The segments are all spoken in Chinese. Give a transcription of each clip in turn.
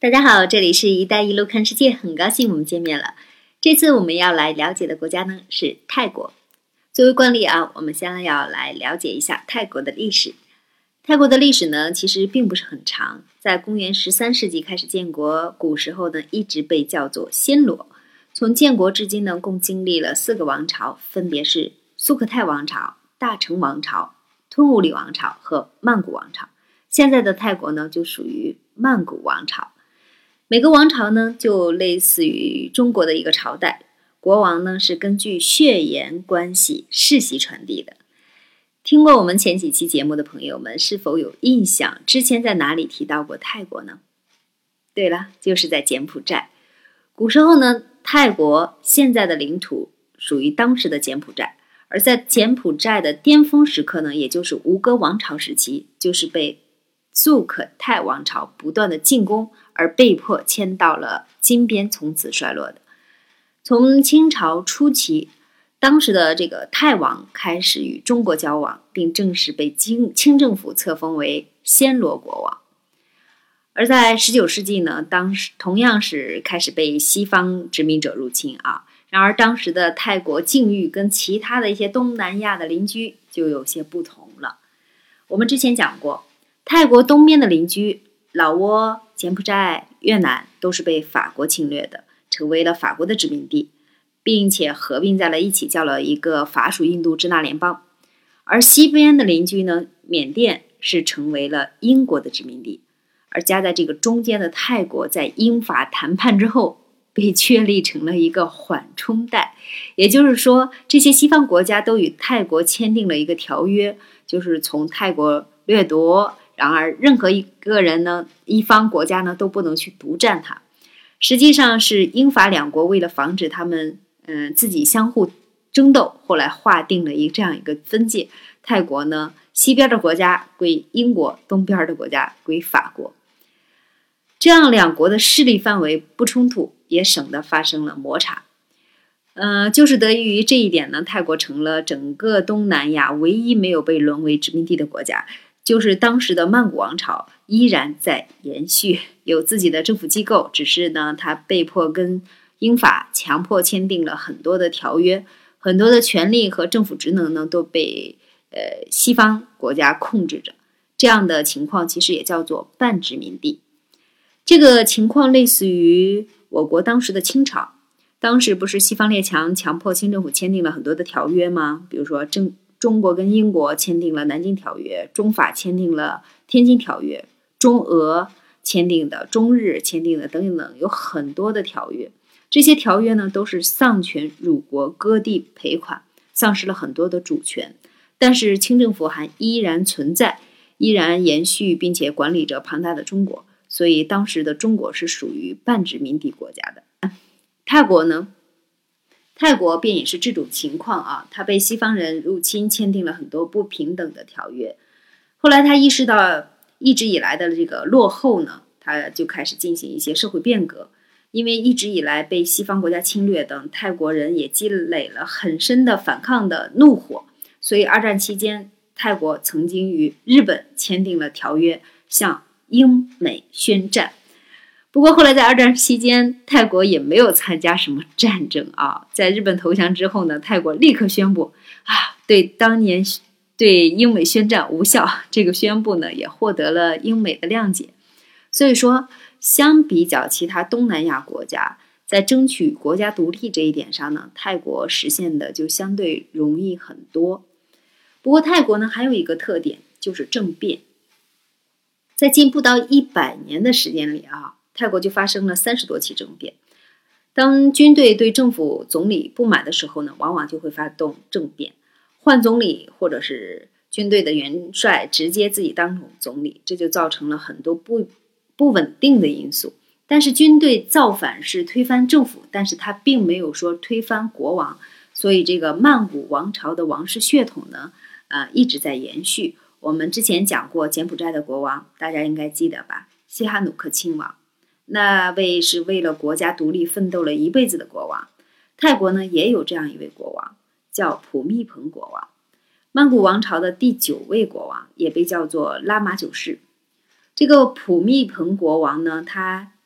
大家好，这里是一带一路看世界，很高兴我们见面了。这次我们要来了解的国家呢是泰国。作为惯例啊，我们先要来了解一下泰国的历史。泰国的历史呢其实并不是很长，在公元13世纪开始建国，古时候呢一直被叫做暹罗。从建国至今呢，共经历了4个王朝，分别是苏克泰王朝、大成王朝、吞武里王朝和曼谷王朝。现在的泰国呢就属于曼谷王朝。每个王朝呢就类似于中国的一个朝代，国王呢是根据血缘关系世袭传递的。听过我们前几期节目的朋友们是否有印象，之前在哪里提到过泰国呢？对了，就是在柬埔寨。古时候呢，泰国现在的领土属于当时的柬埔寨，而在柬埔寨的巅峰时刻呢，也就是吴哥王朝时期，就是被苏克泰王朝不断的进攻而被迫迁到了金边，从此衰落的。从清朝初期，当时的这个泰王开始与中国交往，并正式被清政府册封为暹罗国王。而在19世纪呢，当时同样是开始被西方殖民者入侵啊。然而当时的泰国境遇跟其他的一些东南亚的邻居就有些不同了。我们之前讲过，泰国东边的邻居老挝、柬埔寨、越南都是被法国侵略的，成为了法国的殖民地，并且合并在了一起，叫了一个法属印度支那联邦。而西边的邻居呢，缅甸是成为了英国的殖民地，而夹在这个中间的泰国，在英法谈判之后被确立成了一个缓冲带。也就是说，这些西方国家都与泰国签订了一个条约，就是从泰国掠夺，然而任何一个人呢，一方国家呢都不能去独占它。实际上是英法两国为了防止他们自己相互争斗，后来划定了这样一个分界。泰国呢，西边的国家归英国，东边的国家归法国。这样两国的势力范围不冲突，也省得发生了摩擦。就是得益于这一点呢，泰国成了整个东南亚唯一没有被沦为殖民地的国家。就是当时的曼谷王朝依然在延续，有自己的政府机构，只是呢，他被迫跟英法强迫签订了很多的条约，很多的权利和政府职能呢都被西方国家控制着。这样的情况其实也叫做半殖民地。这个情况类似于我国当时的清朝，当时不是西方列强强迫清政府签订了很多的条约吗？比如说中国跟英国签订了南京条约，中法签订了天津条约，中俄签订的，中日签订的等等，有很多的条约。这些条约呢都是丧权辱国，割地赔款，丧失了很多的主权。但是清政府还依然存在，依然延续并且管理着庞大的中国，所以当时的中国是属于半殖民地国家的。泰国呢，泰国便也是这种情况啊，他被西方人入侵，签订了很多不平等的条约。后来他意识到一直以来的这个落后呢，他就开始进行一些社会变革。因为一直以来被西方国家侵略等，泰国人也积累了很深的反抗的怒火，所以二战期间，泰国曾经与日本签订了条约，向英美宣战。不过后来在二战期间，泰国也没有参加什么战争啊。在日本投降之后呢，泰国立刻宣布对当年对英美宣战无效。这个宣布呢，也获得了英美的谅解。所以说，相比较其他东南亚国家，在争取国家独立这一点上呢，泰国实现的就相对容易很多。不过泰国呢，还有一个特点，就是政变。在近不到100年的时间里啊，泰国就发生了30多起政变。当军队对政府总理不满的时候呢，往往就会发动政变，换总理或者是军队的元帅直接自己当总理，这就造成了很多不稳定的因素。但是军队造反是推翻政府，但是他并没有说推翻国王，所以这个曼谷王朝的王室血统呢，一直在延续。我们之前讲过柬埔寨的国王，大家应该记得吧？西哈努克亲王，那位是为了国家独立奋斗了一辈子的国王。泰国呢也有这样一位国王，叫普密蓬国王。曼谷王朝的第9位国王，也被叫做拉玛9世。这个普密蓬国王呢，他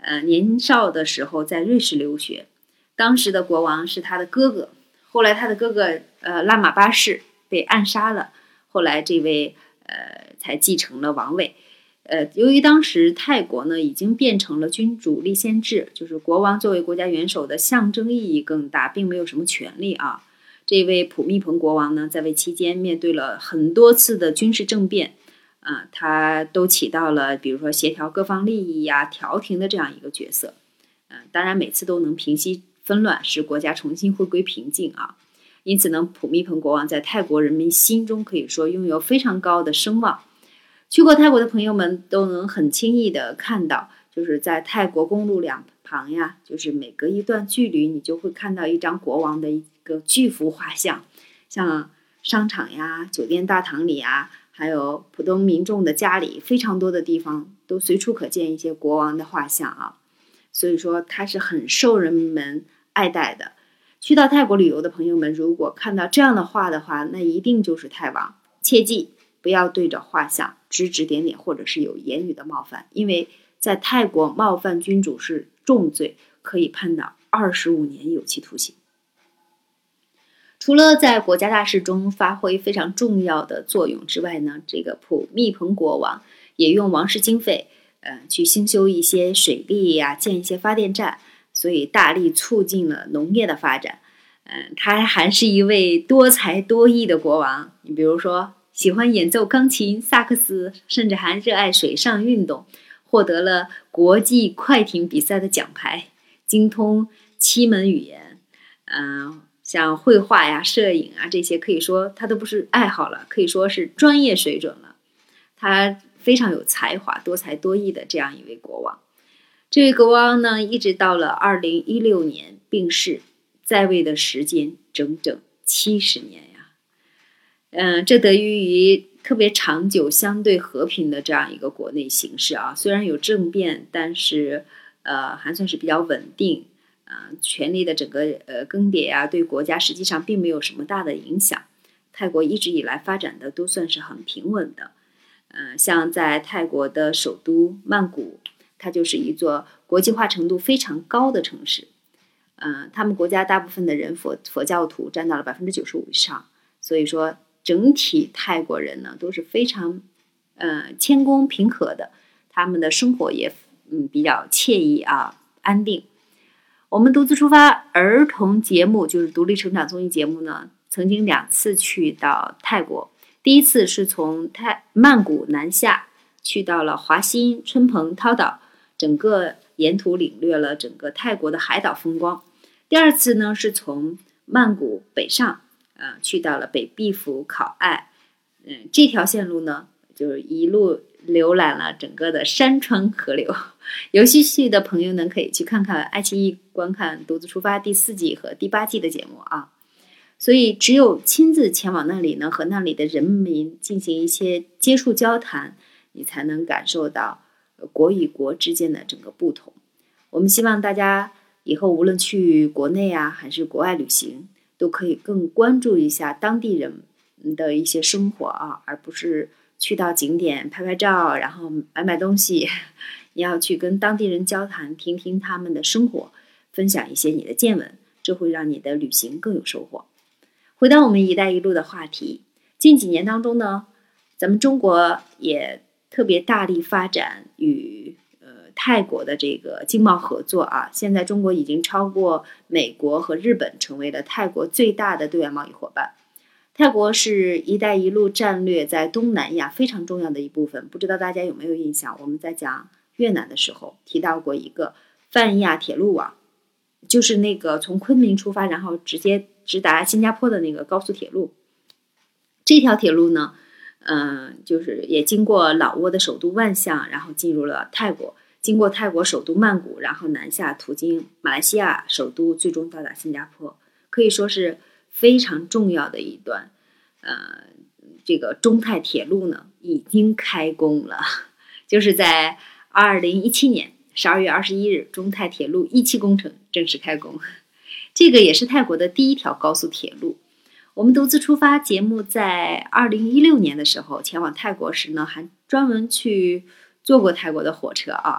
年少的时候在瑞士留学，当时的国王是他的哥哥，后来他的哥哥拉玛八世被暗杀了，后来这位才继承了王位。由于当时泰国呢已经变成了君主立宪制，就是国王作为国家元首的象征意义更大，并没有什么权利啊。这位普密蓬国王呢，在位期间面对了很多次的军事政变，他都起到了比如说协调各方利益呀、调停的这样一个角色。当然每次都能平息纷乱，使国家重新回归平静啊。因此呢，普密蓬国王在泰国人民心中可以说拥有非常高的声望。去过泰国的朋友们都能很轻易的看到，就是在泰国公路两旁呀，就是每隔一段距离你就会看到一张国王的一个巨幅画像，像商场呀、酒店大堂里呀，还有普通民众的家里，非常多的地方都随处可见一些国王的画像啊。所以说他是很受人们爱戴的。去到泰国旅游的朋友们，如果看到这样的画的话，那一定就是泰王。切记不要对着画像指指点点，或者是有言语的冒犯，因为在泰国冒犯君主是重罪，可以判到25年有期徒刑。除了在国家大事中发挥非常重要的作用之外呢，这个普密蓬国王也用王室经费去兴修一些水利呀，建一些发电站，所以大力促进了农业的发展。他还是一位多才多艺的国王，你比如说喜欢演奏钢琴、萨克斯，甚至还热爱水上运动，获得了国际快艇比赛的奖牌，精通7门语言，像绘画呀、摄影啊这些，可以说他都不是爱好了，可以说是专业水准了。他非常有才华、多才多艺的这样一位国王。这位国王呢，一直到了2016年病逝，在位的时间整整70年呀。这得益于特别长久、相对和平的这样一个国内形势啊。虽然有政变，但是还算是比较稳定。权力的整个更迭啊，对国家实际上并没有什么大的影响。泰国一直以来发展的都算是很平稳的。像在泰国的首都曼谷，它就是一座国际化程度非常高的城市。他们国家大部分的人佛教徒占到了95%以上，所以说整体泰国人呢都是非常谦恭平和的，他们的生活也比较惬意啊，安定。我们独自出发儿童节目就是独立成长综艺节目呢，曾经2次去到泰国。第一次是从曼谷南下，去到了华欣、春蓬、涛岛，整个沿途领略了整个泰国的海岛风光。第二次呢是从曼谷北上，去到了北碧府考爱。这条线路呢就是一路浏览了整个的山川河流。有兴趣的朋友呢可以去看看爱奇艺观看独自出发第4季和第8季的节目啊。所以只有亲自前往那里呢，和那里的人民进行一些接触交谈，你才能感受到国与国之间的整个不同。我们希望大家以后无论去国内啊还是国外旅行，都可以更关注一下当地人的一些生活啊，而不是去到景点拍拍照，然后买东西。你要去跟当地人交谈，听听他们的生活，分享一些你的见闻，这会让你的旅行更有收获。回到我们一带一路的话题，近几年当中呢，咱们中国也特别大力发展与泰国的这个经贸合作啊。现在中国已经超过美国和日本，成为了泰国最大的对外贸易伙伴。泰国是一带一路战略在东南亚非常重要的一部分。不知道大家有没有印象，我们在讲越南的时候提到过一个泛亚铁路网，就是那个从昆明出发，然后直接直达新加坡的那个高速铁路。这条铁路呢，就是也经过老挝的首都万象，然后进入了泰国，经过泰国首都曼谷，然后南下途经马来西亚首都，最终到达新加坡。可以说是非常重要的一段。这个中泰铁路呢已经开工了，就是在2017年12月21日，中泰铁路1期工程正式开工。这个也是泰国的第一条高速铁路。我们独自出发节目在2016年的时候前往泰国时呢，还专门去坐过泰国的火车啊。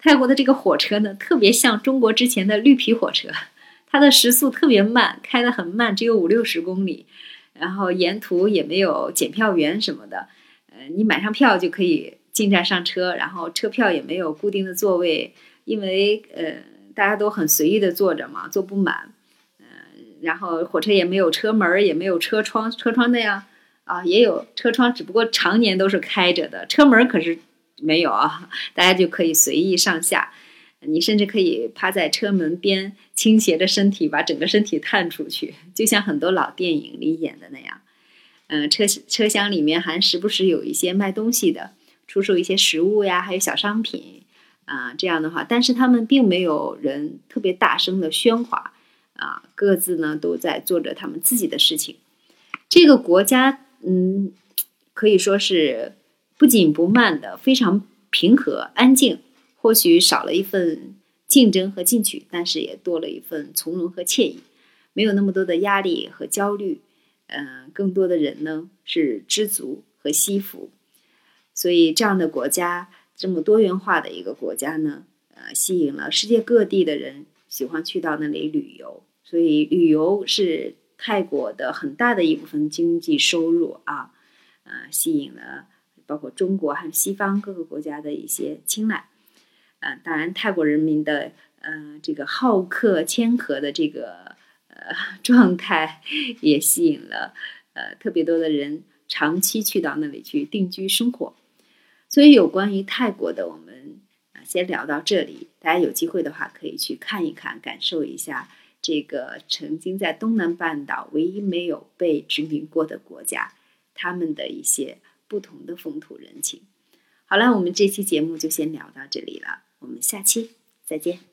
泰国的这个火车呢，特别像中国之前的绿皮火车，它的时速特别慢，开得很慢，只有50-60公里，然后沿途也没有检票员什么的，你买上票就可以进站上车，然后车票也没有固定的座位，因为大家都很随意的坐着嘛，坐不满，然后火车也没有车门，也没有车窗，车窗那样啊也有车窗，只不过常年都是开着的，车门可是没有啊，大家就可以随意上下，你甚至可以趴在车门边，倾斜着身体，把整个身体探出去，就像很多老电影里演的那样。车厢里面还时不时有一些卖东西的，出售一些食物呀，还有小商品啊，这样的话，但是他们并没有人特别大声的喧哗啊，各自呢都在做着他们自己的事情。这个国家可以说是不紧不慢的，非常平和安静，或许少了一份竞争和进取，但是也多了一份从容和惬意，没有那么多的压力和焦虑，更多的人呢是知足和惜福。所以这样的国家，这么多元化的一个国家呢，吸引了世界各地的人喜欢去到那里旅游，所以旅游是泰国的很大的一部分经济收入啊，吸引了包括中国和西方各个国家的一些青睐。当然泰国人民的这个好客谦和的这个状态也吸引了特别多的人长期去到那里去定居生活。所以有关于泰国的我们先聊到这里，大家有机会的话可以去看一看，感受一下这个曾经在东南半岛唯一没有被殖民过的国家，他们的一些不同的风土人情。好了，我们这期节目就先聊到这里了，我们下期再见。